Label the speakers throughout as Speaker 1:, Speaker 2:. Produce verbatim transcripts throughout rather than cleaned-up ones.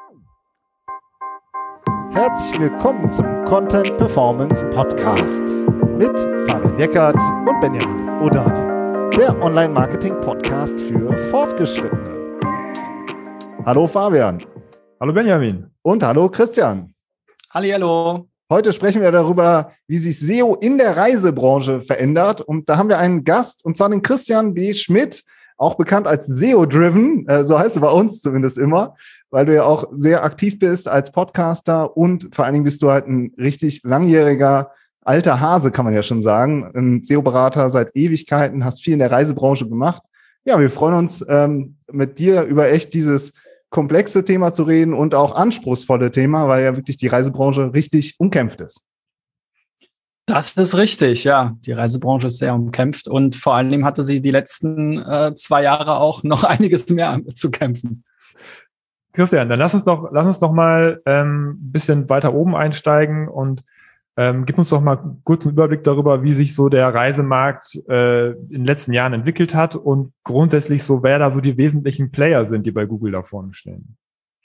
Speaker 1: Herzlich willkommen zum Content Performance Podcast mit Fabian Jeckert und Benjamin Odani, der Online-Marketing-Podcast für Fortgeschrittene. Hallo Fabian.
Speaker 2: Hallo Benjamin.
Speaker 1: Und hallo Christian.
Speaker 3: Hallihallo.
Speaker 1: Heute sprechen wir darüber, wie sich S E O in der Reisebranche verändert. Und da haben wir einen Gast, und zwar den Christian B. Schmidt, auch bekannt als S E O-Driven, äh, so heißt er bei uns zumindest immer, weil du ja auch sehr aktiv bist als Podcaster und vor allen Dingen bist du halt ein richtig langjähriger alter Hase, kann man ja schon sagen, ein S E O-Berater seit Ewigkeiten, hast viel in der Reisebranche gemacht. Ja, wir freuen uns, ähm, mit dir über echt dieses komplexe Thema zu reden und auch anspruchsvolle Thema, weil ja wirklich die Reisebranche richtig umkämpft ist.
Speaker 3: Das ist richtig, ja. Die Reisebranche ist sehr umkämpft und vor allem hatte sie die letzten äh, zwei Jahre auch noch einiges mehr zu kämpfen.
Speaker 2: Christian, dann lass uns doch, lass uns doch mal ähm, ein bisschen weiter oben einsteigen und ähm, gib uns doch mal kurz einen Überblick darüber, wie sich so der Reisemarkt äh, in den letzten Jahren entwickelt hat und grundsätzlich so, wer da so die wesentlichen Player sind, die bei Google da vorne stehen.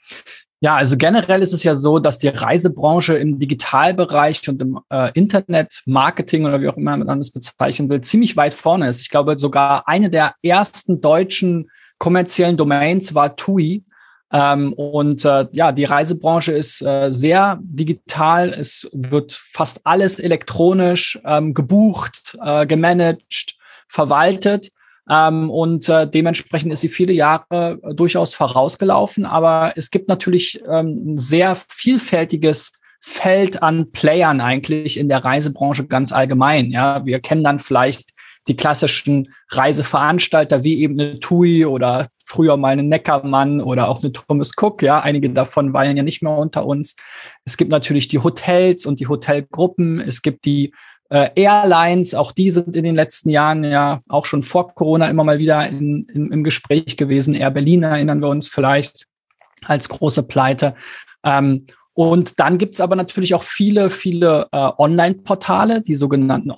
Speaker 3: Ja, also generell ist es ja so, dass die Reisebranche im Digitalbereich und im äh, Internet-Marketing oder wie auch immer man das bezeichnen will, ziemlich weit vorne ist. Ich glaube, sogar eine der ersten deutschen kommerziellen Domains war T U I. Ähm, und äh, ja, die Reisebranche ist äh, sehr digital. Es wird fast alles elektronisch ähm, gebucht, äh, gemanagt, verwaltet. Ähm, und äh, dementsprechend ist sie viele Jahre äh, durchaus vorausgelaufen. Aber es gibt natürlich ähm, ein sehr vielfältiges Feld an Playern eigentlich in der Reisebranche ganz allgemein. Ja, wir kennen dann vielleicht die klassischen Reiseveranstalter wie eben eine T U I oder früher mal eine Neckermann oder auch eine Thomas Cook. Ja, einige davon weilen ja nicht mehr unter uns. Es gibt natürlich die Hotels und die Hotelgruppen. Es gibt die äh, Airlines. Auch die sind in den letzten Jahren ja auch schon vor Corona immer mal wieder in, in, im Gespräch gewesen. Air Berlin erinnern wir uns vielleicht als große Pleite. Ähm, Und dann gibt's aber natürlich auch viele, viele äh, Online-Portale, die sogenannten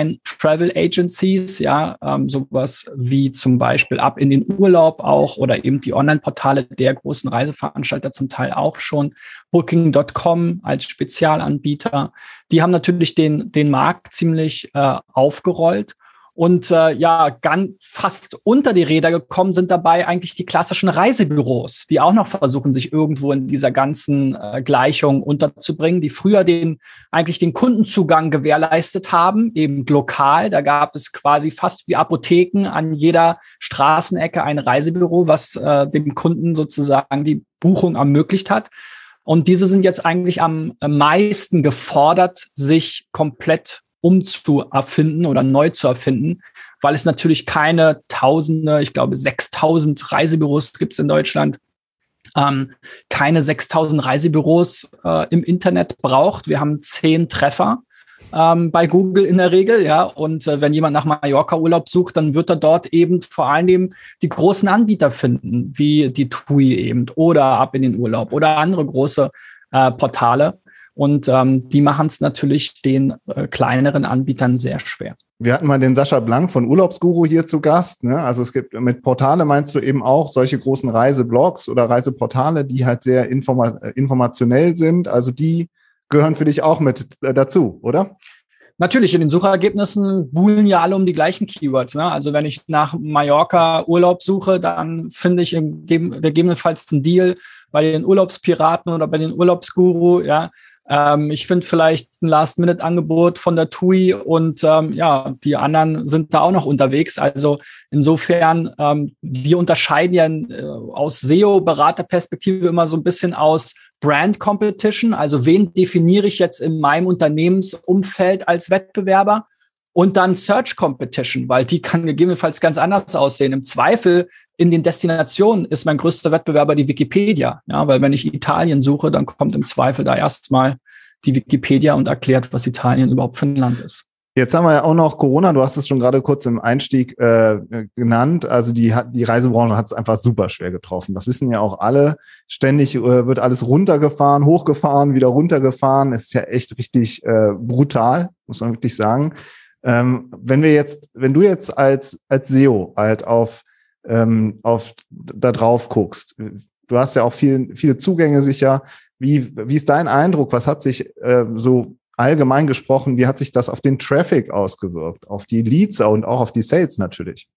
Speaker 3: Online-Travel-Agencies, ja, ähm, sowas wie zum Beispiel Ab in den Urlaub auch oder eben die Online-Portale der großen Reiseveranstalter zum Teil auch schon, Booking Punkt com als Spezialanbieter. Die haben natürlich den, den Markt ziemlich äh, aufgerollt. Und äh, ja, ganz fast unter die Räder gekommen sind dabei eigentlich die klassischen Reisebüros, die auch noch versuchen, sich irgendwo in dieser ganzen äh, Gleichung unterzubringen, die früher den eigentlich den Kundenzugang gewährleistet haben, eben lokal. Da gab es quasi fast wie Apotheken an jeder Straßenecke ein Reisebüro, was äh, dem Kunden sozusagen die Buchung ermöglicht hat. Und diese sind jetzt eigentlich am meisten gefordert, sich komplett umzuerfinden oder neu zu erfinden, weil es natürlich keine Tausende, ich glaube sechstausend Reisebüros gibt es in Deutschland, ähm, keine sechstausend Reisebüros äh, im Internet braucht. Wir haben zehn Treffer ähm, bei Google in der Regel, ja. Und äh, wenn jemand nach Mallorca-Urlaub sucht, dann wird er dort eben vor allem die großen Anbieter finden, wie die T U I eben oder Ab in den Urlaub oder andere große äh, Portale. Und ähm, die machen es natürlich den äh, kleineren Anbietern sehr schwer.
Speaker 1: Wir hatten mal den Sascha Blank von Urlaubsguru hier zu Gast. Ne? Also es gibt mit Portale meinst du eben auch solche großen Reiseblogs oder Reiseportale, die halt sehr informa- informationell sind. Also die gehören für dich auch mit äh, dazu, oder?
Speaker 3: Natürlich, in den Suchergebnissen buhlen ja alle um die gleichen Keywords. Ne? Also wenn ich nach Mallorca Urlaub suche, dann finde ich gegebenenfalls einen Deal bei den Urlaubspiraten oder bei den Urlaubsguru, ja. Ähm, ich finde vielleicht ein Last-Minute-Angebot von der T U I und ähm, ja, die anderen sind da auch noch unterwegs. Also insofern, ähm, wir unterscheiden ja äh, aus S E O-Beraterperspektive immer so ein bisschen aus Brand Competition. Also wen definiere ich jetzt in meinem Unternehmensumfeld als Wettbewerber? Und dann Search Competition, weil die kann gegebenenfalls ganz anders aussehen. Im Zweifel in den Destinationen ist mein größter Wettbewerber die Wikipedia. Ja, weil wenn ich Italien suche, dann kommt im Zweifel da erstmal die Wikipedia und erklärt, was Italien überhaupt für ein Land ist.
Speaker 1: Jetzt haben wir ja auch noch Corona, du hast es schon gerade kurz im Einstieg äh, genannt, also die, die Reisebranche hat es einfach super schwer getroffen. Das wissen ja auch alle. Ständig äh, wird alles runtergefahren, hochgefahren, wieder runtergefahren. Es ist ja echt richtig äh, brutal, muss man wirklich sagen. Ähm, wenn wir jetzt, wenn du jetzt als, als S E O halt auf, ähm, auf da drauf guckst, du hast ja auch viel, viele Zugänge sicher. Wie, wie ist dein Eindruck? Was hat sich äh, so allgemein gesprochen, wie hat sich das auf den Traffic ausgewirkt? Auf die Leads und auch auf die Sales natürlich?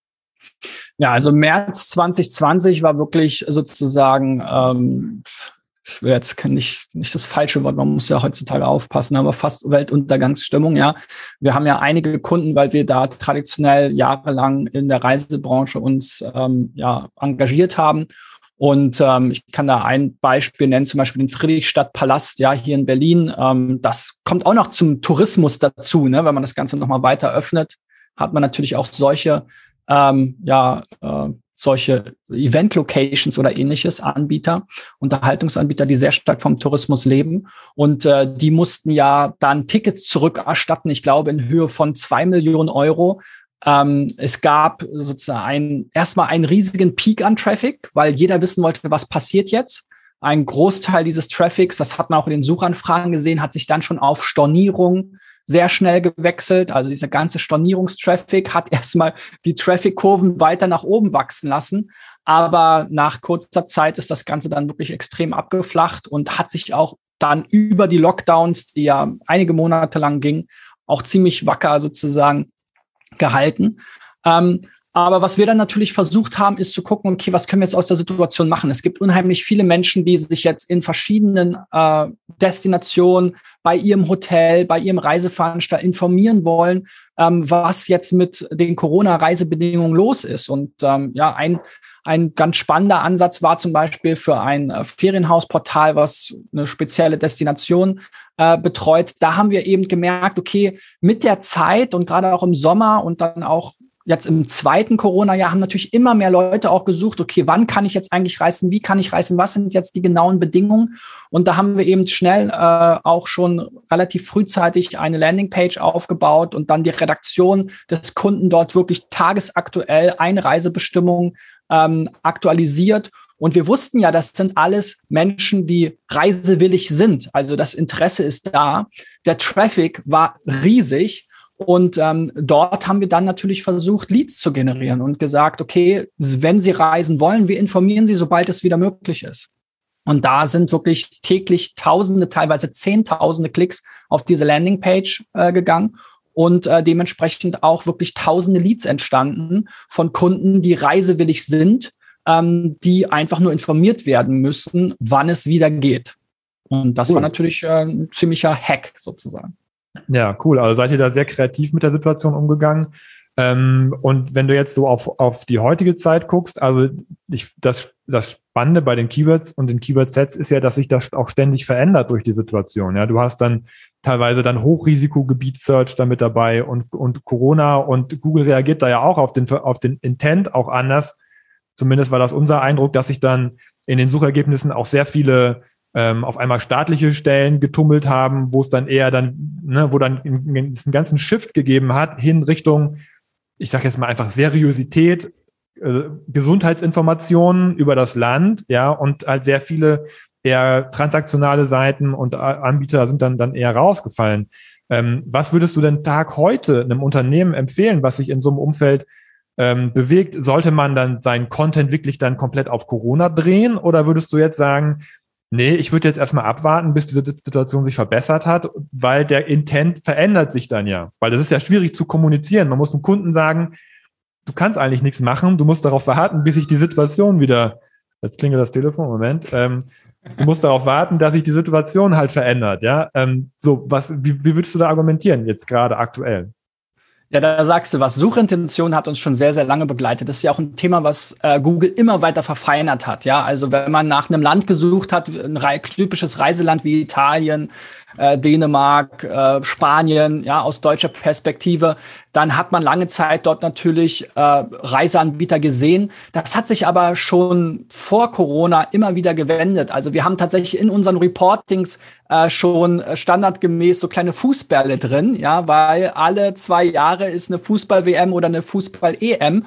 Speaker 3: Ja, also März zwanzig zwanzig war wirklich sozusagen, ähm, ich will jetzt nicht, nicht das falsche Wort, man muss ja heutzutage aufpassen, aber fast Weltuntergangsstimmung, ja. Wir haben ja einige Kunden, weil wir da traditionell jahrelang in der Reisebranche uns ähm, ja, engagiert haben. Und ähm, ich kann da ein Beispiel nennen, zum Beispiel den Friedrichstadtpalast, ja, hier in Berlin. Ähm, das kommt auch noch zum Tourismus dazu, ne? Wenn man das Ganze nochmal weiter öffnet, hat man natürlich auch solche, ähm, ja, äh, solche Event-Locations oder ähnliches, Anbieter, Unterhaltungsanbieter, die sehr stark vom Tourismus leben. Und äh, die mussten ja dann Tickets zurückerstatten, ich glaube in Höhe von zwei Millionen Euro. Ähm, es gab sozusagen ein, erstmal einen riesigen Peak an Traffic, weil jeder wissen wollte, was passiert jetzt. Ein Großteil dieses Traffics, das hat man auch in den Suchanfragen gesehen, hat sich dann schon auf Stornierung sehr schnell gewechselt. Also dieser ganze Stornierungstraffic hat erstmal die Traffic-Kurven weiter nach oben wachsen lassen. Aber nach kurzer Zeit ist das Ganze dann wirklich extrem abgeflacht und hat sich auch dann über die Lockdowns, die ja einige Monate lang gingen, auch ziemlich wacker sozusagen gehalten. Ähm, aber was wir dann natürlich versucht haben, ist zu gucken, okay, was können wir jetzt aus der Situation machen? Es gibt unheimlich viele Menschen, die sich jetzt in verschiedenen äh, Destinationen bei ihrem Hotel, bei ihrem Reiseveranstalter informieren wollen, ähm, was jetzt mit den Corona-Reisebedingungen los ist. Und ähm, ja, ein Ein ganz spannender Ansatz war zum Beispiel für ein äh, Ferienhausportal, was eine spezielle Destination äh, betreut. Da haben wir eben gemerkt, okay, mit der Zeit und gerade auch im Sommer und dann auch jetzt im zweiten Corona-Jahr haben natürlich immer mehr Leute auch gesucht, okay, wann kann ich jetzt eigentlich reisen? Wie kann ich reisen? Was sind jetzt die genauen Bedingungen? Und da haben wir eben schnell äh, auch schon relativ frühzeitig eine Landingpage aufgebaut und dann die Redaktion des Kunden dort wirklich tagesaktuell eine Reisebestimmung ähm, aktualisiert. Und wir wussten ja, das sind alles Menschen, die reisewillig sind. Also das Interesse ist da. Der Traffic war riesig. Und ähm, dort haben wir dann natürlich versucht, Leads zu generieren und gesagt, okay, wenn Sie reisen wollen, wir informieren Sie, sobald es wieder möglich ist. Und da sind wirklich täglich Tausende, teilweise Zehntausende Klicks auf diese Landingpage äh, gegangen und äh, dementsprechend auch wirklich Tausende Leads entstanden von Kunden, die reisewillig sind, ähm, die einfach nur informiert werden müssen, wann es wieder geht. Und das cool. war natürlich äh, ein ziemlicher Hack sozusagen.
Speaker 2: Ja, cool. Also seid ihr da sehr kreativ mit der Situation umgegangen. Ähm, und wenn du jetzt so auf, auf die heutige Zeit guckst, also ich, das, das Spannende bei den Keywords und den Keyword-Sets ist ja, dass sich das auch ständig verändert durch die Situation. Ja, du hast dann teilweise dann Hochrisikogebiet-Search da mit dabei und, und Corona und Google reagiert da ja auch auf den, auf den Intent auch anders. Zumindest war das unser Eindruck, dass sich dann in den Suchergebnissen auch sehr viele ähm, auf einmal staatliche Stellen getummelt haben, wo es dann eher dann, ne, wo dann einen ganzen Shift gegeben hat hin Richtung, ich sage jetzt mal einfach Seriosität, äh, Gesundheitsinformationen über das Land, ja, und halt sehr viele eher transaktionale Seiten und Anbieter sind dann dann eher rausgefallen. Ähm, was würdest du denn Tag heute einem Unternehmen empfehlen, was sich in so einem Umfeld ähm, bewegt? Sollte man dann seinen Content wirklich dann komplett auf Corona drehen oder würdest du jetzt sagen, nee, ich würde jetzt erstmal abwarten, bis diese Situation sich verbessert hat, weil der Intent verändert sich dann ja. Weil das ist ja schwierig zu kommunizieren. Man muss dem Kunden sagen, du kannst eigentlich nichts machen, du musst darauf warten, bis sich die Situation wieder, jetzt klingelt das Telefon, Moment, ähm, du musst darauf warten, dass sich die Situation halt verändert, ja. Ähm, so, was, wie, wie würdest du da argumentieren jetzt gerade aktuell?
Speaker 3: Ja, da sagst du was. Suchintention hat uns schon sehr, sehr lange begleitet. Das ist ja auch ein Thema, was äh, Google immer weiter verfeinert hat. Ja, also wenn man nach einem Land gesucht hat, ein Re- typisches Reiseland wie Italien, äh, Dänemark, äh, Spanien, ja, aus deutscher Perspektive, dann hat man lange Zeit dort natürlich äh, Reiseanbieter gesehen. Das hat sich aber schon vor Corona immer wieder gewendet. Also wir haben tatsächlich in unseren Reportings äh, schon standardgemäß so kleine Fußbälle drin, ja, weil alle zwei Jahre ist eine Fußball-W M oder eine Fußball-E M.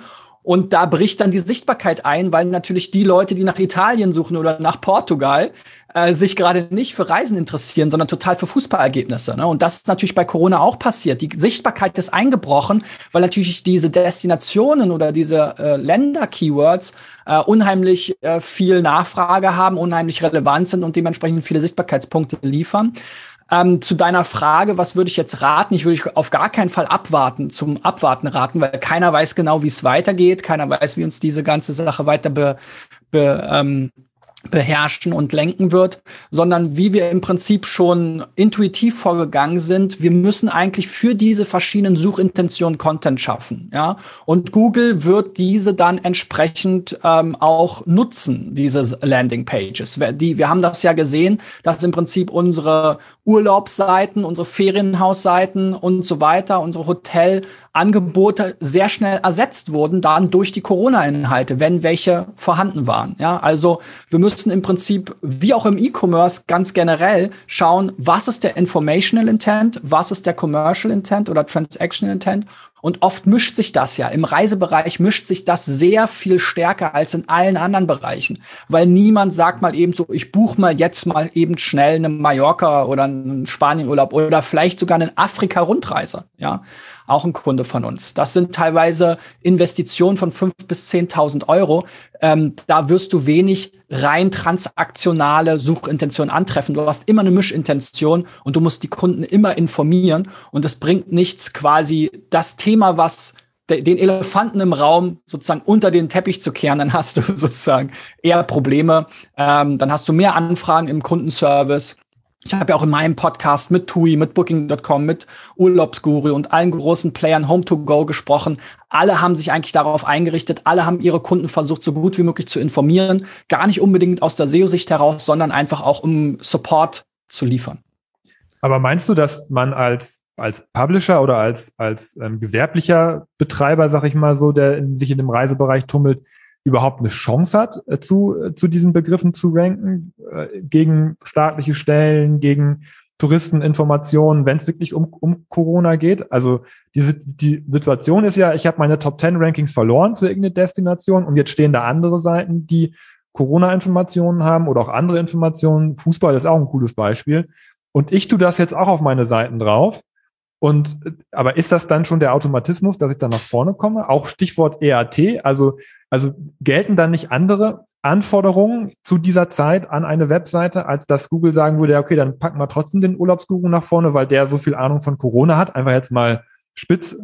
Speaker 3: Und da bricht dann die Sichtbarkeit ein, weil natürlich die Leute, die nach Italien suchen oder nach Portugal, äh, sich gerade nicht für Reisen interessieren, sondern total für Fußballergebnisse. Ne? Und das ist natürlich bei Corona auch passiert. Die Sichtbarkeit ist eingebrochen, weil natürlich diese Destinationen oder diese äh, Länder-Keywords äh, unheimlich äh, viel Nachfrage haben, unheimlich relevant sind und dementsprechend viele Sichtbarkeitspunkte liefern. Ähm, zu deiner Frage, was würde ich jetzt raten? Ich würde auf gar keinen Fall abwarten, zum Abwarten raten, weil keiner weiß genau, wie es weitergeht. Keiner weiß, wie uns diese ganze Sache weiter be, be, ähm, beherrschen und lenken wird, sondern wie wir im Prinzip schon intuitiv vorgegangen sind. Wir müssen eigentlich für diese verschiedenen Suchintentionen Content schaffen, ja. Und Google wird diese dann entsprechend ähm, auch nutzen, diese Landingpages. Die, wir haben das ja gesehen, dass im Prinzip unsere Urlaubsseiten, unsere Ferienhausseiten und so weiter, unsere Hotelangebote sehr schnell ersetzt wurden, dann durch die Corona-Inhalte, wenn welche vorhanden waren. Ja, also wir müssen im Prinzip, wie auch im E-Commerce ganz generell, schauen, was ist der Informational Intent, was ist der Commercial Intent oder Transactional Intent. Und oft mischt sich das ja. Im Reisebereich mischt sich das sehr viel stärker als in allen anderen Bereichen. Weil niemand sagt mal eben so, ich buche mal jetzt mal eben schnell eine Mallorca oder einen Spanienurlaub oder vielleicht sogar eine Afrika-Rundreise. Ja, auch ein Kunde von uns. Das sind teilweise Investitionen von fünftausend bis zehntausend Euro. Ähm, da wirst du wenig rein transaktionale Suchintention antreffen. Du hast immer eine Mischintention und du musst die Kunden immer informieren. Und es bringt nichts, quasi das Thema, was de- den Elefanten im Raum sozusagen unter den Teppich zu kehren. Dann hast du sozusagen eher Probleme. Ähm, dann hast du mehr Anfragen im Kundenservice. Ich habe ja auch in meinem Podcast mit TUI, mit Booking Punkt com, mit Urlaubsguru und allen großen Playern Home to Go gesprochen. Alle haben sich eigentlich darauf eingerichtet. Alle haben ihre Kunden versucht, so gut wie möglich zu informieren. Gar nicht unbedingt aus der S E O-Sicht heraus, sondern einfach auch, um Support zu liefern.
Speaker 2: Aber meinst du, dass man als, als Publisher oder als, als ähm, gewerblicher Betreiber, sag ich mal so, der in, sich in dem Reisebereich tummelt, überhaupt eine Chance hat, äh, zu, äh, zu diesen Begriffen zu ranken, äh, gegen staatliche Stellen, gegen Touristeninformationen, wenn es wirklich um, um Corona geht? Also diese, die Situation ist ja, ich habe meine Top Ten Rankings verloren für irgendeine Destination und jetzt stehen da andere Seiten, die Corona-Informationen haben oder auch andere Informationen. Fußball ist auch ein cooles Beispiel. Und ich tue das jetzt auch auf meine Seiten drauf. Und, aber ist das dann schon der Automatismus, dass ich dann nach vorne komme? Auch Stichwort E A T, also, also gelten dann nicht andere Anforderungen zu dieser Zeit an eine Webseite, als dass Google sagen würde, ja, okay, dann packen wir trotzdem den Urlaubsguru nach vorne, weil der so viel Ahnung von Corona hat. Einfach jetzt mal spitz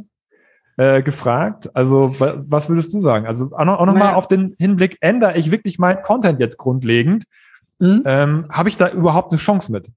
Speaker 2: äh, gefragt. Also, was würdest du sagen? Also auch noch, auch noch naja. mal auf den Hinblick, ändere ich wirklich meinen Content jetzt grundlegend? Mhm. Ähm, habe ich da überhaupt eine Chance mit?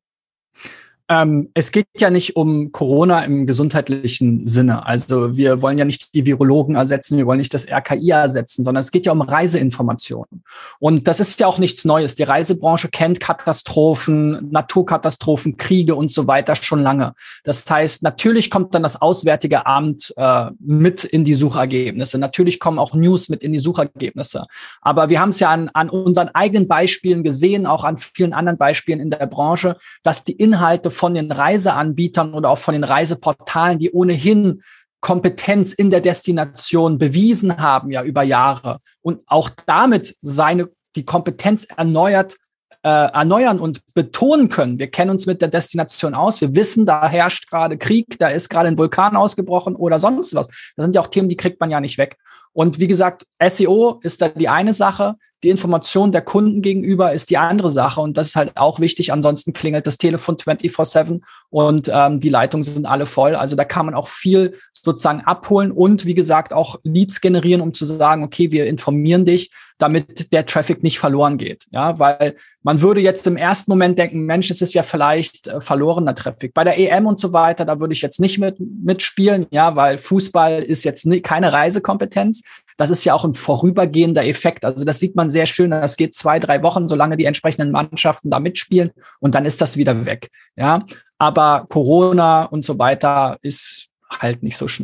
Speaker 3: Ähm, es geht ja nicht um Corona im gesundheitlichen Sinne. Also wir wollen ja nicht die Virologen ersetzen, wir wollen nicht das R K I ersetzen, sondern es geht ja um Reiseinformationen. Und das ist ja auch nichts Neues. Die Reisebranche kennt Katastrophen, Naturkatastrophen, Kriege und so weiter schon lange. Das heißt, natürlich kommt dann das Auswärtige Amt äh, mit in die Suchergebnisse. Natürlich kommen auch News mit in die Suchergebnisse. Aber wir haben es ja an, an unseren eigenen Beispielen gesehen, auch an vielen anderen Beispielen in der Branche, dass die Inhalte von den Reiseanbietern oder auch von den Reiseportalen, die ohnehin Kompetenz in der Destination bewiesen haben, ja über Jahre und auch damit seine die Kompetenz erneuert äh, erneuern und betonen können. Wir kennen uns mit der Destination aus, wir wissen, da herrscht gerade Krieg, da ist gerade ein Vulkan ausgebrochen oder sonst was. Das sind ja auch Themen, die kriegt man ja nicht weg. Und wie gesagt, S E O ist da die eine Sache, die Information der Kunden gegenüber ist die andere Sache und das ist halt auch wichtig. Ansonsten klingelt das Telefon vierundzwanzig sieben und ähm, die Leitungen sind alle voll. Also da kann man auch viel sozusagen abholen und wie gesagt auch Leads generieren, um zu sagen, okay, wir informieren dich, damit der Traffic nicht verloren geht. Ja, weil man würde jetzt im ersten Moment denken, Mensch, es ist ja vielleicht äh, verlorener Traffic. Bei der E M und so weiter, da würde ich jetzt nicht mit mitspielen, ja, weil Fußball ist jetzt nie, keine Reisekompetenz. Das ist ja auch ein vorübergehender Effekt. Also das sieht man sehr schön. Das geht zwei, drei Wochen, solange die entsprechenden Mannschaften da mitspielen und dann ist das wieder weg. Ja, aber Corona und so weiter ist halt nicht so schnell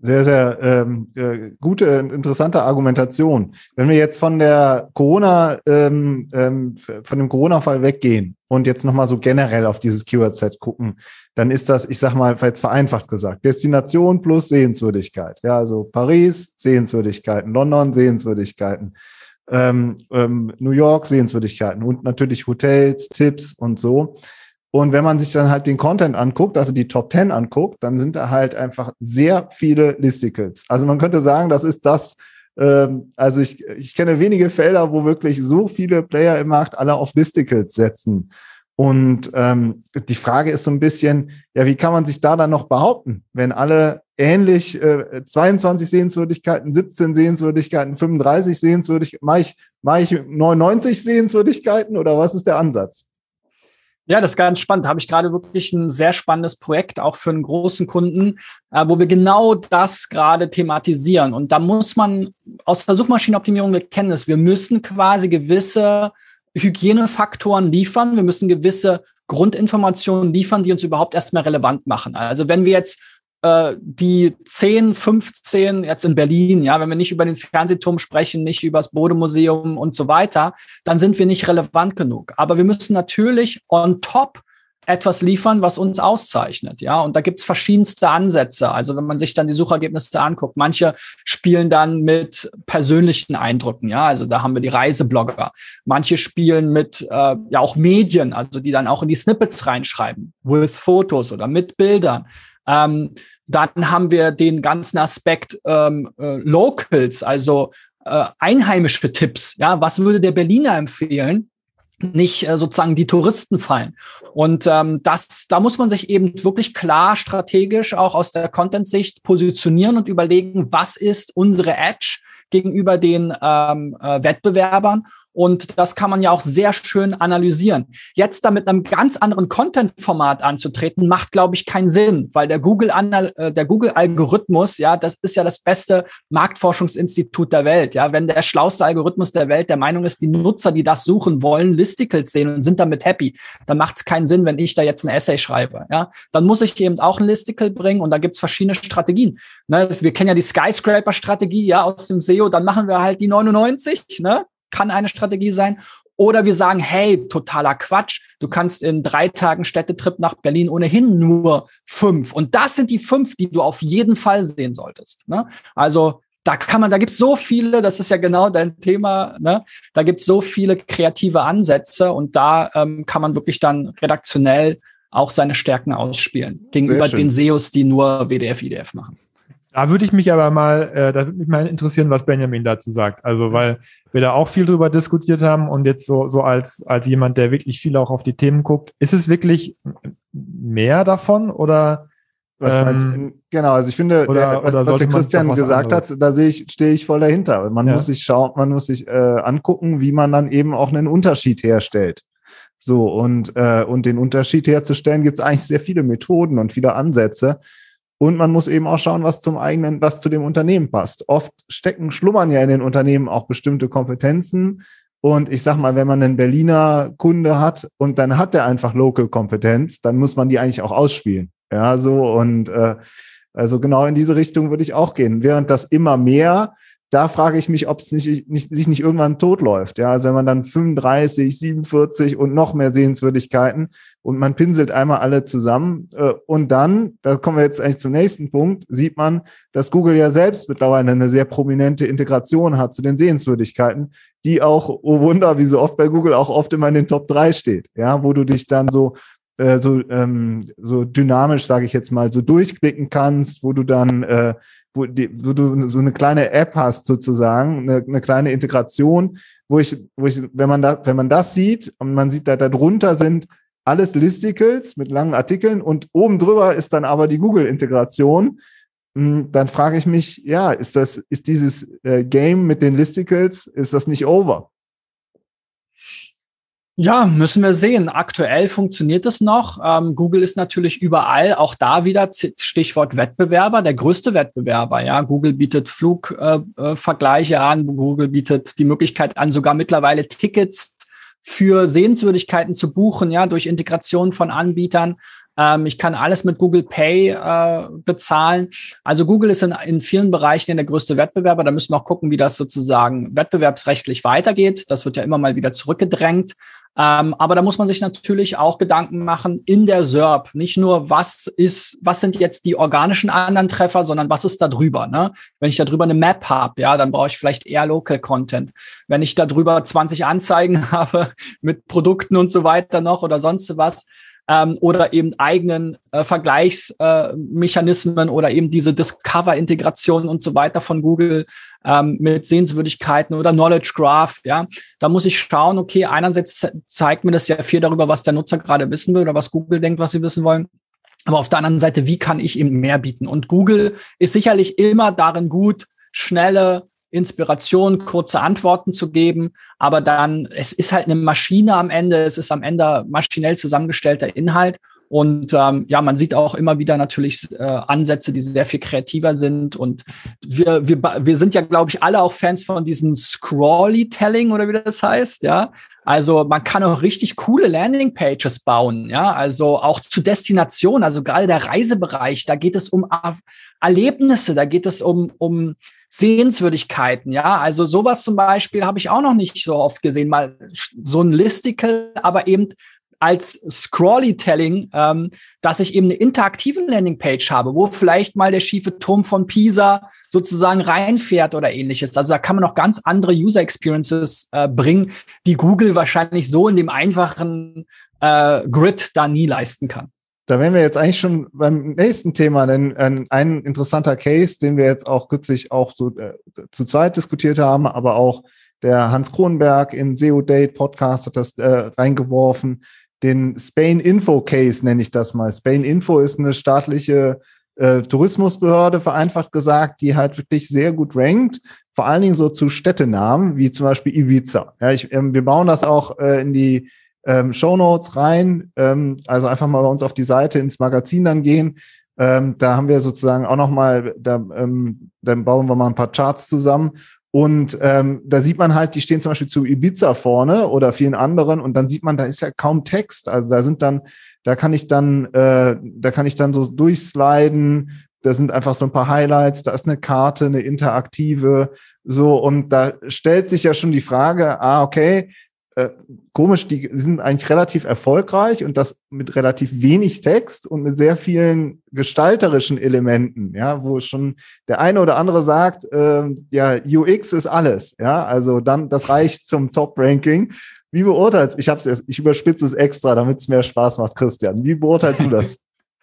Speaker 1: Sehr, sehr ähm, äh, gute und interessante Argumentation. Wenn wir jetzt von der Corona, ähm, ähm, von dem Corona-Fall weggehen und jetzt nochmal so generell auf dieses Keyword-Set gucken, dann ist das, ich sag mal, jetzt vereinfacht gesagt, Destination plus Sehenswürdigkeit. Ja, also Paris, Sehenswürdigkeiten, London, Sehenswürdigkeiten, ähm, ähm, New York, Sehenswürdigkeiten und natürlich Hotels, Tipps und so. Und wenn man sich dann halt den Content anguckt, also die Top Ten anguckt, dann sind da halt einfach sehr viele Listicles. Also man könnte sagen, das ist das, ähm, also ich, ich kenne wenige Felder, wo wirklich so viele Player im Markt alle auf Listicles setzen. Und ähm, die Frage ist so ein bisschen, ja, wie kann man sich da dann noch behaupten, wenn alle ähnlich äh, zweiundzwanzig Sehenswürdigkeiten, siebzehn Sehenswürdigkeiten, fünfunddreißig Sehenswürdigkeiten, mache ich, mache ich neunundneunzig Sehenswürdigkeiten oder was ist der Ansatz?
Speaker 3: Ja, das ist ganz spannend. Da habe ich gerade wirklich ein sehr spannendes Projekt, auch für einen großen Kunden, äh, wo wir genau das gerade thematisieren. Und da muss man aus der Suchmaschinenoptimierung, wir kennen es, wir müssen quasi gewisse Hygienefaktoren liefern. Wir müssen gewisse Grundinformationen liefern, die uns überhaupt erstmal relevant machen. Also wenn wir jetzt äh, die zehn, fünfzehn jetzt in Berlin, ja, wenn wir nicht über den Fernsehturm sprechen, nicht über das Bode-Museum und so weiter, dann sind wir nicht relevant genug. Aber wir müssen natürlich on top etwas liefern, was uns auszeichnet, ja. Und da gibt's verschiedenste Ansätze. Also wenn man sich dann die Suchergebnisse anguckt, manche spielen dann mit persönlichen Eindrücken, ja. Also da haben wir die Reiseblogger. Manche spielen mit äh, ja auch Medien, also die dann auch in die Snippets reinschreiben, with Fotos oder mit Bildern. Ähm, dann haben wir den ganzen Aspekt ähm, äh, Locals, also äh, einheimische Tipps. Ja, was würde der Berliner empfehlen? Nicht äh, sozusagen die Touristen fallen. Und ähm, das, da muss man sich eben wirklich klar strategisch auch aus der Content-Sicht positionieren und überlegen, was ist unsere Edge gegenüber den ähm, äh, Wettbewerbern. Und das kann man ja auch sehr schön analysieren. Jetzt da mit einem ganz anderen Content-Format anzutreten, macht, glaube ich, keinen Sinn, weil der Google, äh, der Google-Algorithmus, ja, das ist ja das beste Marktforschungsinstitut der Welt. Ja, wenn der schlauste Algorithmus der Welt der Meinung ist, die Nutzer, die das suchen wollen, Listicles sehen und sind damit happy, dann macht es keinen Sinn, wenn ich da jetzt ein Essay schreibe. Ja, dann muss ich eben auch ein Listicle bringen und da gibt es verschiedene Strategien. Ne, wir kennen ja die Skyscraper-Strategie, ja, aus dem S E O. Dann machen wir halt die neunundneunzig, ne? Kann eine Strategie sein. Oder wir sagen, hey, totaler Quatsch. Du kannst in drei Tagen Städtetrip nach Berlin ohnehin nur fünf. Und das sind die fünf, die du auf jeden Fall sehen solltest. Ne? Also da kann man, da gibt's so viele, das ist ja genau dein Thema, ne? Da gibt's so viele kreative Ansätze und da ähm, kann man wirklich dann redaktionell auch seine Stärken ausspielen. Gegenüber den S E Os, die nur W D F, I D F machen.
Speaker 2: Da würde ich mich aber mal, äh, da würde mich mal interessieren, was Benjamin dazu sagt. Also, weil wir da auch viel drüber diskutiert haben und jetzt so, so als, als jemand, der wirklich viel auch auf die Themen guckt, ist es wirklich mehr davon oder?
Speaker 1: Was
Speaker 2: ähm,
Speaker 1: meinst du? Genau, also ich finde,
Speaker 2: oder,
Speaker 1: der, was,
Speaker 2: oder
Speaker 1: was der
Speaker 2: man
Speaker 1: Christian
Speaker 2: doch was
Speaker 1: gesagt
Speaker 2: anderes?
Speaker 1: hat, da sehe ich, stehe ich voll dahinter. Man
Speaker 2: Ja.
Speaker 1: muss sich schauen, man muss sich äh, angucken, wie man dann eben auch einen Unterschied herstellt. So, und, äh, und den Unterschied herzustellen, gibt es eigentlich sehr viele Methoden und viele Ansätze. Und man muss eben auch schauen, was zum eigenen, was zu dem Unternehmen passt. Oft stecken, schlummern ja in den Unternehmen auch bestimmte Kompetenzen. Und ich sag mal, wenn man einen Berliner Kunde hat und dann hat der einfach Local-Kompetenz, dann muss man die eigentlich auch ausspielen. Ja, so und äh, also genau in diese Richtung würde ich auch gehen. Während das immer mehr, da frage ich mich, ob es nicht, nicht, sich nicht irgendwann totläuft. Ja, also wenn man dann fünfunddreißig, siebenundvierzig und noch mehr Sehenswürdigkeiten und man pinselt einmal alle zusammen äh, und dann, da kommen wir jetzt eigentlich zum nächsten Punkt, sieht man, dass Google ja selbst mittlerweile eine sehr prominente Integration hat zu den Sehenswürdigkeiten, die auch, oh Wunder, wie so oft bei Google, auch oft immer in den Top drei steht. Ja, wo du dich dann so äh, so ähm, so dynamisch, sage ich jetzt mal, so durchklicken kannst, wo du dann äh, Wo, die, wo du so eine kleine App hast sozusagen, eine, eine kleine Integration, wo ich, wo ich, wenn man da, wenn man das sieht und man sieht da darunter sind alles Listicles mit langen Artikeln und oben drüber ist dann aber die Google-Integration, dann frage ich mich, ja, ist das, ist dieses äh, Game mit den Listicles, ist das nicht over?
Speaker 3: Ja, müssen wir sehen. Aktuell funktioniert es noch. Ähm, Google ist natürlich überall, auch da wieder Stichwort Wettbewerber, der größte Wettbewerber. Ja, Google bietet Flugvergleiche äh, an, Google bietet die Möglichkeit an, sogar mittlerweile Tickets für Sehenswürdigkeiten zu buchen, ja, durch Integration von Anbietern. Ähm, ich kann alles mit Google Pay äh, bezahlen. Also Google ist in, in vielen Bereichen der größte Wettbewerber. Da müssen wir auch gucken, wie das sozusagen wettbewerbsrechtlich weitergeht. Das wird ja immer mal wieder zurückgedrängt. Ähm, aber da muss man sich natürlich auch Gedanken machen in der S E R P. Nicht nur, was ist, was sind jetzt die organischen anderen Treffer, sondern was ist da drüber, ne? Wenn ich da drüber eine Map habe, ja, dann brauche ich vielleicht eher Local Content. Wenn ich da drüber zwanzig Anzeigen habe mit Produkten und so weiter noch oder sonst was, ähm, oder eben eigenen äh, Vergleichsmechanismen äh, oder eben diese Discover-Integration und so weiter von Google, Ähm, mit Sehenswürdigkeiten oder Knowledge Graph, ja, da muss ich schauen, okay, einerseits zeigt mir das ja viel darüber, was der Nutzer gerade wissen will oder was Google denkt, was sie wissen wollen. Aber auf der anderen Seite, wie kann ich ihm mehr bieten? Und Google ist sicherlich immer darin gut, schnelle Inspiration, kurze Antworten zu geben. Aber dann, es ist halt eine Maschine am Ende. Es ist am Ende maschinell zusammengestellter Inhalt. Und ähm, ja, man sieht auch immer wieder natürlich äh, Ansätze, die sehr viel kreativer sind. Und wir, wir, wir sind ja, glaube ich, alle auch Fans von diesen Scrolly-Telling oder wie das heißt, ja. Also man kann auch richtig coole Landing-Pages bauen, ja. Also auch zu Destinationen, also gerade der Reisebereich, da geht es um Erlebnisse, da geht es um, um Sehenswürdigkeiten, ja. Also sowas zum Beispiel habe ich auch noch nicht so oft gesehen, mal so ein Listicle, aber eben als Scrolly-Telling, ähm, dass ich eben eine interaktive Landingpage habe, wo vielleicht mal der schiefe Turm von Pisa sozusagen reinfährt oder ähnliches. Also da kann man noch ganz andere User-Experiences äh, bringen, die Google wahrscheinlich so in dem einfachen äh, Grid da nie leisten kann.
Speaker 1: Da wären wir jetzt eigentlich schon beim nächsten Thema, denn äh, ein interessanter Case, den wir jetzt auch kürzlich auch so äh, zu zweit diskutiert haben, aber auch der Hans Kronenberg in S E O Date Podcast hat das äh, reingeworfen. Den Spain Info Case nenne ich das mal. Spain Info ist eine staatliche äh, Tourismusbehörde, vereinfacht gesagt, die halt wirklich sehr gut rankt, vor allen Dingen so zu Städtenamen, wie zum Beispiel Ibiza. Ja, ich, ähm, wir bauen das auch äh, in die ähm, Shownotes rein, ähm, also einfach mal bei uns auf die Seite ins Magazin dann gehen. Ähm, da haben wir sozusagen auch nochmal, da, ähm, dann bauen wir mal ein paar Charts zusammen. Und ähm, da sieht man halt, die stehen zum Beispiel zu Ibiza vorne oder vielen anderen und dann sieht man, da ist ja kaum Text. Also da sind dann, da kann ich dann, äh, da kann ich dann so durchsliden. Da sind einfach so ein paar Highlights. Da ist eine Karte, eine interaktive, so und da stellt sich ja schon die Frage, ah okay, äh, komisch, die sind eigentlich relativ erfolgreich und das mit relativ wenig Text und mit sehr vielen gestalterischen Elementen, ja, wo schon der eine oder andere sagt, äh, ja, U X ist alles, ja, also dann, das reicht zum Top-Ranking. Wie beurteilst, ich hab's erst, ich überspitze es extra, damit es mehr Spaß macht, Christian. Wie beurteilst du das?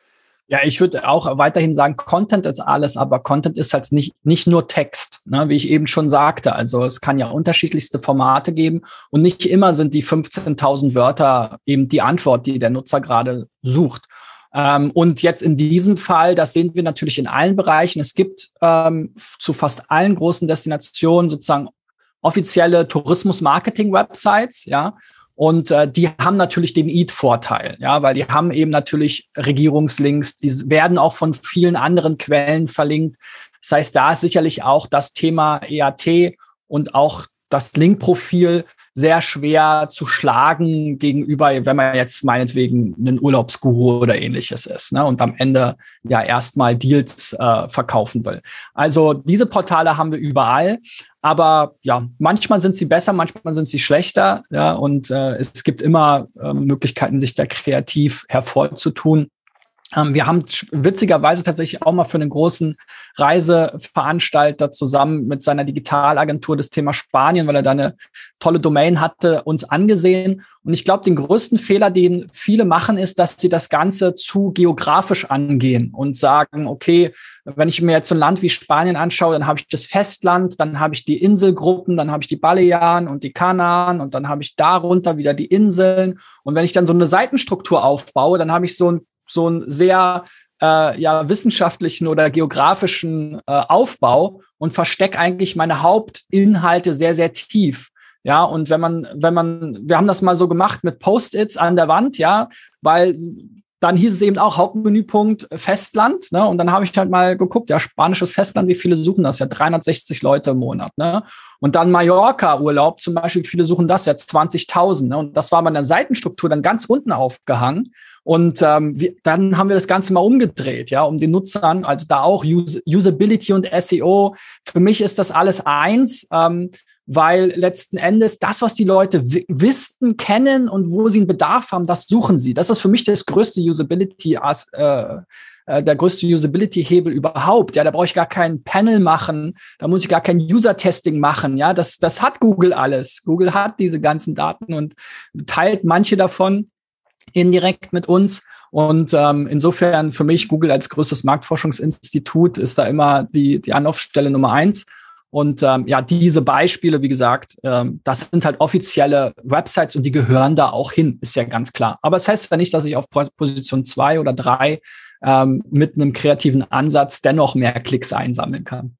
Speaker 3: Ja, ich würde auch weiterhin sagen, Content ist alles, aber Content ist halt nicht, nicht nur Text, ne, wie ich eben schon sagte. Also es kann ja unterschiedlichste Formate geben und nicht immer sind die fünfzehntausend Wörter eben die Antwort, die der Nutzer gerade sucht. Ähm, und jetzt in diesem Fall, das sehen wir natürlich in allen Bereichen. Es gibt ähm, zu fast allen großen Destinationen sozusagen offizielle Tourismus-Marketing-Websites, ja. Und äh, die haben natürlich den E A T-Vorteil, ja, weil die haben eben natürlich Regierungslinks, die werden auch von vielen anderen Quellen verlinkt. Das heißt, da ist sicherlich auch das Thema E A T und auch das Linkprofil sehr schwer zu schlagen gegenüber, wenn man jetzt meinetwegen einen Urlaubsguru oder ähnliches ist, ne, und am Ende ja erstmal Deals äh, verkaufen will. Also diese Portale haben wir überall. Aber ja, manchmal sind sie besser, manchmal sind sie schlechter. Ja, und äh, es gibt immer äh, Möglichkeiten, sich da kreativ hervorzutun. Ähm, wir haben witzigerweise tatsächlich auch mal für einen großen Reiseveranstalter zusammen mit seiner Digitalagentur das Thema Spanien, weil er da eine tolle Domain hatte, uns angesehen. Und ich glaube, den größten Fehler, den viele machen, ist, dass sie das Ganze zu geografisch angehen und sagen, okay, wenn ich mir jetzt so ein Land wie Spanien anschaue, dann habe ich das Festland, dann habe ich die Inselgruppen, dann habe ich die Balearen und die Kanaren und dann habe ich darunter wieder die Inseln. Und wenn ich dann so eine Seitenstruktur aufbaue, dann habe ich so ein so einen sehr äh, ja, wissenschaftlichen oder geografischen äh, Aufbau und verstecke eigentlich meine Hauptinhalte sehr, sehr tief. Ja, und wenn man, wenn man, wir haben das mal so gemacht mit Post-its an der Wand, ja, weil dann hieß es eben auch Hauptmenüpunkt Festland, ne? Und dann habe ich halt mal geguckt, ja, spanisches Festland, wie viele suchen das? Ja, dreihundertsechzig Leute im Monat, ne? Und dann Mallorca-Urlaub zum Beispiel, wie viele suchen das? Ja, zwanzigtausend, ne? Und das war bei der Seitenstruktur dann ganz unten aufgehangen. Und ähm, wir, dann haben wir das Ganze mal umgedreht, ja, um den Nutzern, also da auch Us- Usability und S E O. Für mich ist das alles eins, ähm, weil letzten Endes das, was die Leute w- wissen, kennen und wo sie einen Bedarf haben, das suchen sie. Das ist für mich das größte Usability, äh, äh, der größte Usability-Hebel überhaupt. Ja, da brauche ich gar kein Panel machen, da muss ich gar kein User-Testing machen. Ja, das, das hat Google alles. Google hat diese ganzen Daten und teilt manche davon indirekt mit uns. Und ähm, insofern für mich Google als größtes Marktforschungsinstitut ist da immer die, die Anlaufstelle Nummer eins. Und ähm, ja, diese Beispiele, wie gesagt, ähm, das sind halt offizielle Websites und die gehören da auch hin, ist ja ganz klar. Aber es das heißt ja nicht, dass ich auf Position zwei oder drei ähm, mit einem kreativen Ansatz dennoch mehr Klicks einsammeln kann.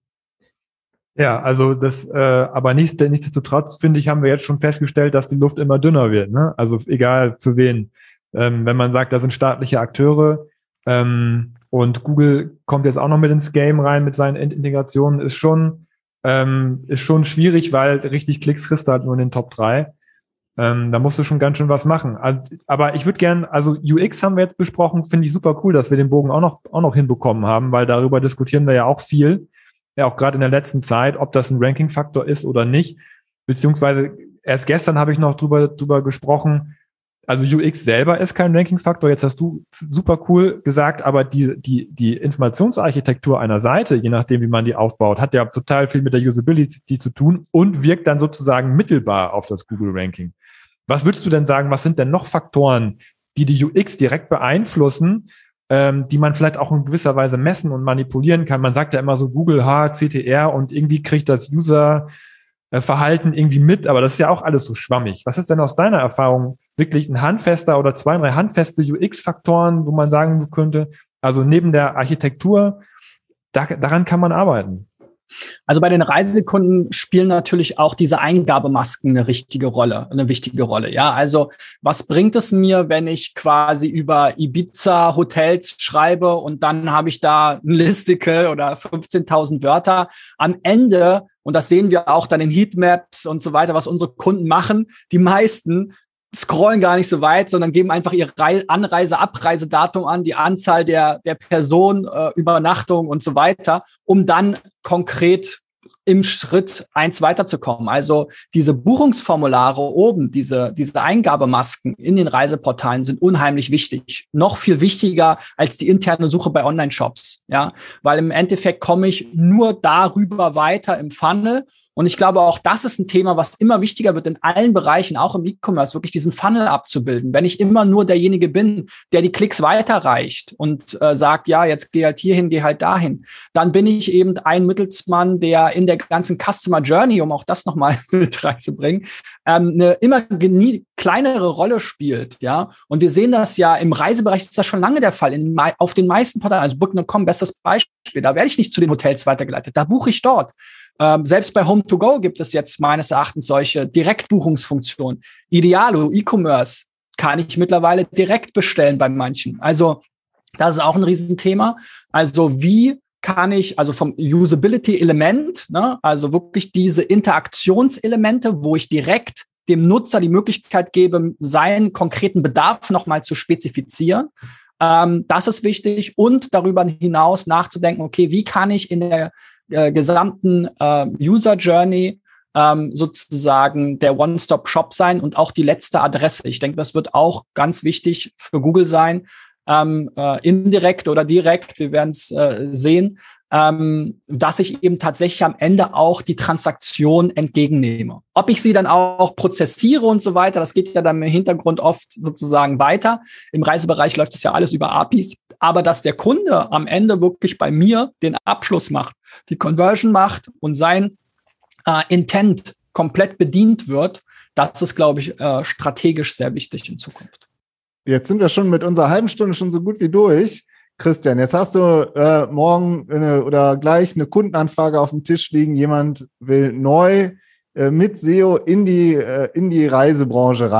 Speaker 2: Ja, also das, äh, aber nichts, nichtsdestotrotz, finde ich, haben wir jetzt schon festgestellt, dass die Luft immer dünner wird, ne? Also egal für wen. Ähm, wenn man sagt, da sind staatliche Akteure ähm, und Google kommt jetzt auch noch mit ins Game rein mit seinen Integrationen, ist schon Ähm, ist schon schwierig, weil richtig Klicks kriegst du halt nur in den Top drei. Ähm, da musst du schon ganz schön was machen. Aber ich würde gern, also U X haben wir jetzt besprochen, finde ich super cool, dass wir den Bogen auch noch, auch noch hinbekommen haben, weil darüber diskutieren wir ja auch viel, ja auch gerade in der letzten Zeit, ob das ein Ranking-Faktor ist oder nicht. Beziehungsweise erst gestern habe ich noch drüber, drüber gesprochen, also U X selber ist kein Ranking-Faktor, jetzt hast du super cool gesagt, aber die, die, die Informationsarchitektur einer Seite, je nachdem, wie man die aufbaut, hat ja total viel mit der Usability zu tun und wirkt dann sozusagen mittelbar auf das Google-Ranking. Was würdest du denn sagen, was sind denn noch Faktoren, die die U X direkt beeinflussen, ähm, die man vielleicht auch in gewisser Weise messen und manipulieren kann? Man sagt ja immer so Google, H, C T R und irgendwie kriegt das User-Verhalten irgendwie mit, aber das ist ja auch alles so schwammig. Was ist denn aus deiner Erfahrung wirklich ein handfester oder zwei, drei handfeste U X-Faktoren, wo man sagen könnte, also neben der Architektur, da, daran kann man arbeiten?
Speaker 3: Also bei den Reisekunden spielen natürlich auch diese Eingabemasken eine richtige Rolle, eine wichtige Rolle. Ja, also was bringt es mir, wenn ich quasi über Ibiza Hotels schreibe und dann habe ich da ein Listicle oder fünfzehntausend Wörter am Ende, und das sehen wir auch dann in Heatmaps und so weiter, was unsere Kunden machen, die meisten scrollen gar nicht so weit, sondern geben einfach ihr Anreise-, Abreisedatum an, die Anzahl der, der Personen, äh, Übernachtung und so weiter, um dann konkret im Schritt eins weiterzukommen. Also diese Buchungsformulare oben, diese, diese Eingabemasken in den Reiseportalen sind unheimlich wichtig. Noch viel wichtiger als die interne Suche bei Online-Shops. Ja, weil im Endeffekt komme ich nur darüber weiter im Funnel. Und ich glaube, auch das ist ein Thema, was immer wichtiger wird in allen Bereichen, auch im E-Commerce, wirklich diesen Funnel abzubilden. Wenn ich immer nur derjenige bin, der die Klicks weiterreicht und äh, sagt, ja, jetzt geh halt hierhin, geh halt dahin, dann bin ich eben ein Mittelsmann, der in der ganzen Customer Journey, um auch das nochmal mit reinzubringen, ähm, eine immer genie- kleinere Rolle spielt. Ja, und wir sehen das ja im Reisebereich, ist das schon lange der Fall. In, auf den meisten Portalen, also Booking Punkt com, bestes Beispiel, da werde ich nicht zu den Hotels weitergeleitet, da buche ich dort. Ähm, selbst bei Home to Go gibt es jetzt meines Erachtens solche Direktbuchungsfunktionen. Idealo, E-Commerce kann ich mittlerweile direkt bestellen bei manchen. Also das ist auch ein Riesenthema. Also wie kann ich, also vom Usability-Element, ne, also wirklich diese Interaktionselemente, wo ich direkt dem Nutzer die Möglichkeit gebe, seinen konkreten Bedarf nochmal zu spezifizieren. Ähm, das ist wichtig. Und darüber hinaus nachzudenken, okay, wie kann ich in der äh, gesamten äh, User Journey ähm, sozusagen der One-Stop-Shop sein und auch die letzte Adresse. Ich denke, das wird auch ganz wichtig für Google sein, ähm, äh, indirekt oder direkt, wir werden es äh, sehen, ähm, dass ich eben tatsächlich am Ende auch die Transaktion entgegennehme. Ob ich sie dann auch prozessiere und so weiter, das geht ja dann im Hintergrund oft sozusagen weiter. Im Reisebereich läuft das ja alles über A P Is, aber dass der Kunde am Ende wirklich bei mir den Abschluss macht, die Conversion macht und sein äh, Intent komplett bedient wird, das ist, glaube ich, äh, strategisch sehr wichtig in Zukunft.
Speaker 1: Jetzt sind wir schon mit unserer halben Stunde schon so gut wie durch. Christian, jetzt hast du äh, morgen eine, oder gleich eine Kundenanfrage auf dem Tisch liegen. Jemand will neu äh, mit S E O in die, äh, in die Reisebranche rein.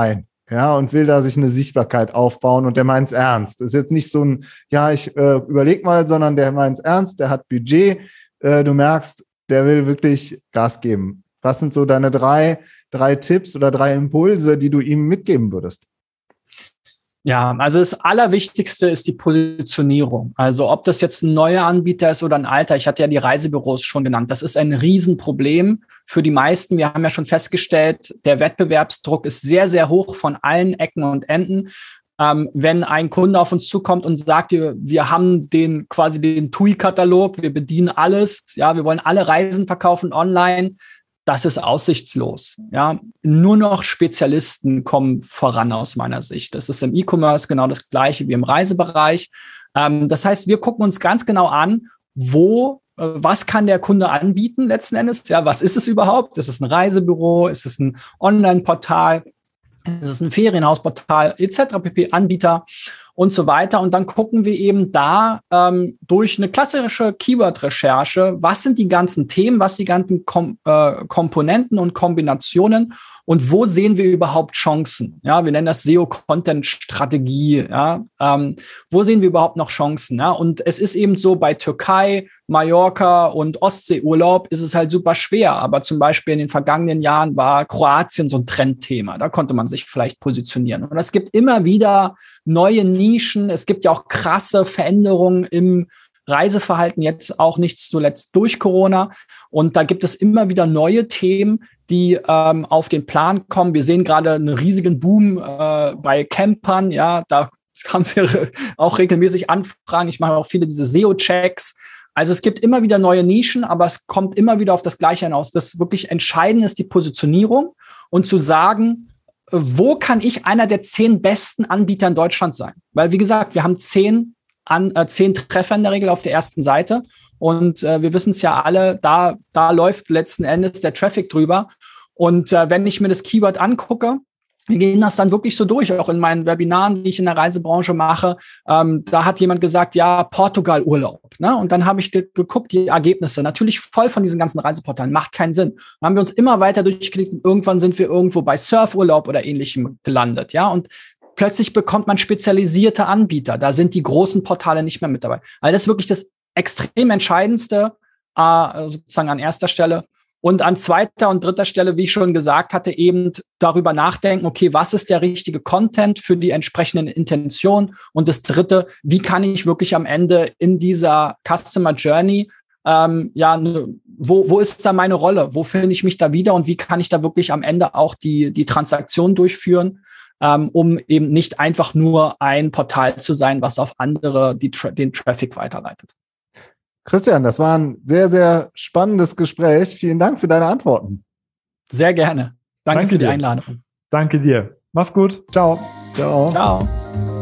Speaker 1: Ja, und will da sich eine Sichtbarkeit aufbauen und der meint es ernst. Das ist jetzt nicht so ein, ja, ich äh, überleg mal, sondern der meint es ernst, der hat Budget. Äh, du merkst, der will wirklich Gas geben. Was sind so deine drei, drei Tipps oder drei Impulse, die du ihm mitgeben würdest?
Speaker 3: Ja, also das Allerwichtigste ist die Positionierung. Also ob das jetzt ein neuer Anbieter ist oder ein alter, ich hatte ja die Reisebüros schon genannt, das ist ein Riesenproblem für die meisten. Wir haben ja schon festgestellt, der Wettbewerbsdruck ist sehr, sehr hoch von allen Ecken und Enden. Ähm, wenn ein Kunde auf uns zukommt und sagt, wir, wir haben den quasi den T U I-Katalog, wir bedienen alles, ja, wir wollen alle Reisen verkaufen online, das ist aussichtslos. Ja, nur noch Spezialisten kommen voran aus meiner Sicht. Das ist im E-Commerce genau das Gleiche wie im Reisebereich. Ähm, das heißt, wir gucken uns ganz genau an, wo, äh, was kann der Kunde anbieten letzten Endes? Ja, was ist es überhaupt? Ist es ein Reisebüro? Ist es ein Online-Portal? Ist es ein Ferienhausportal et cetera pp. Anbieter und so weiter. Und dann gucken wir eben da ähm, durch eine klassische Keyword-Recherche, was sind die ganzen Themen, was die ganzen Kom- äh, Komponenten und Kombinationen und wo sehen wir überhaupt Chancen? Ja, wir nennen das S E O-Content-Strategie. Ja, ähm, wo sehen wir überhaupt noch Chancen? Ja, und es ist eben so, bei Türkei, Mallorca und Ostseeurlaub ist es halt super schwer. Aber zum Beispiel in den vergangenen Jahren war Kroatien so ein Trendthema. Da konnte man sich vielleicht positionieren. Und es gibt immer wieder neue Nischen. Es gibt ja auch krasse Veränderungen im Reiseverhalten, jetzt auch nicht zuletzt durch Corona. Und da gibt es immer wieder neue Themen, die ähm, auf den Plan kommen. Wir sehen gerade einen riesigen Boom äh, bei Campern. Ja, da haben wir auch regelmäßig Anfragen. Ich mache auch viele diese S E O-Checks. Also es gibt immer wieder neue Nischen, aber es kommt immer wieder auf das Gleiche hinaus. Das wirklich Entscheidende ist die Positionierung und zu sagen, wo kann ich einer der zehn besten Anbieter in Deutschland sein? Weil, wie gesagt, wir haben zehn, an, äh, zehn Treffer in der Regel auf der ersten Seite. Und äh, wir wissen es ja alle, da, da läuft letzten Endes der Traffic drüber. Und äh, wenn ich mir das Keyword angucke, wir gehen das dann wirklich so durch, auch in meinen Webinaren, die ich in der Reisebranche mache. Ähm, da hat jemand gesagt, ja, Portugal-Urlaub. Ne? Und dann habe ich ge- geguckt, die Ergebnisse. Natürlich voll von diesen ganzen Reiseportalen, macht keinen Sinn. Dann haben wir uns immer weiter durchgeklickt und irgendwann sind wir irgendwo bei Surfurlaub oder Ähnlichem gelandet. Ja, und plötzlich bekommt man spezialisierte Anbieter. Da sind die großen Portale nicht mehr mit dabei. Also das ist wirklich das extrem Entscheidendste, äh, sozusagen an erster Stelle. Und an zweiter und dritter Stelle, wie ich schon gesagt hatte, eben darüber nachdenken, okay, was ist der richtige Content für die entsprechenden Intentionen? Und das dritte, wie kann ich wirklich am Ende in dieser Customer Journey, ähm, ja, ne, wo, wo ist da meine Rolle? Wo finde ich mich da wieder? Und wie kann ich da wirklich am Ende auch die, die Transaktion durchführen, ähm, um eben nicht einfach nur ein Portal zu sein, was auf andere die, den Traffic weiterleitet?
Speaker 1: Christian, das war ein sehr, sehr spannendes Gespräch. Vielen Dank für deine Antworten.
Speaker 3: Sehr gerne. Danke, Danke für die
Speaker 2: dir.
Speaker 3: Einladung.
Speaker 2: Danke dir. Mach's gut. Ciao.
Speaker 1: Ciao.
Speaker 3: Ciao.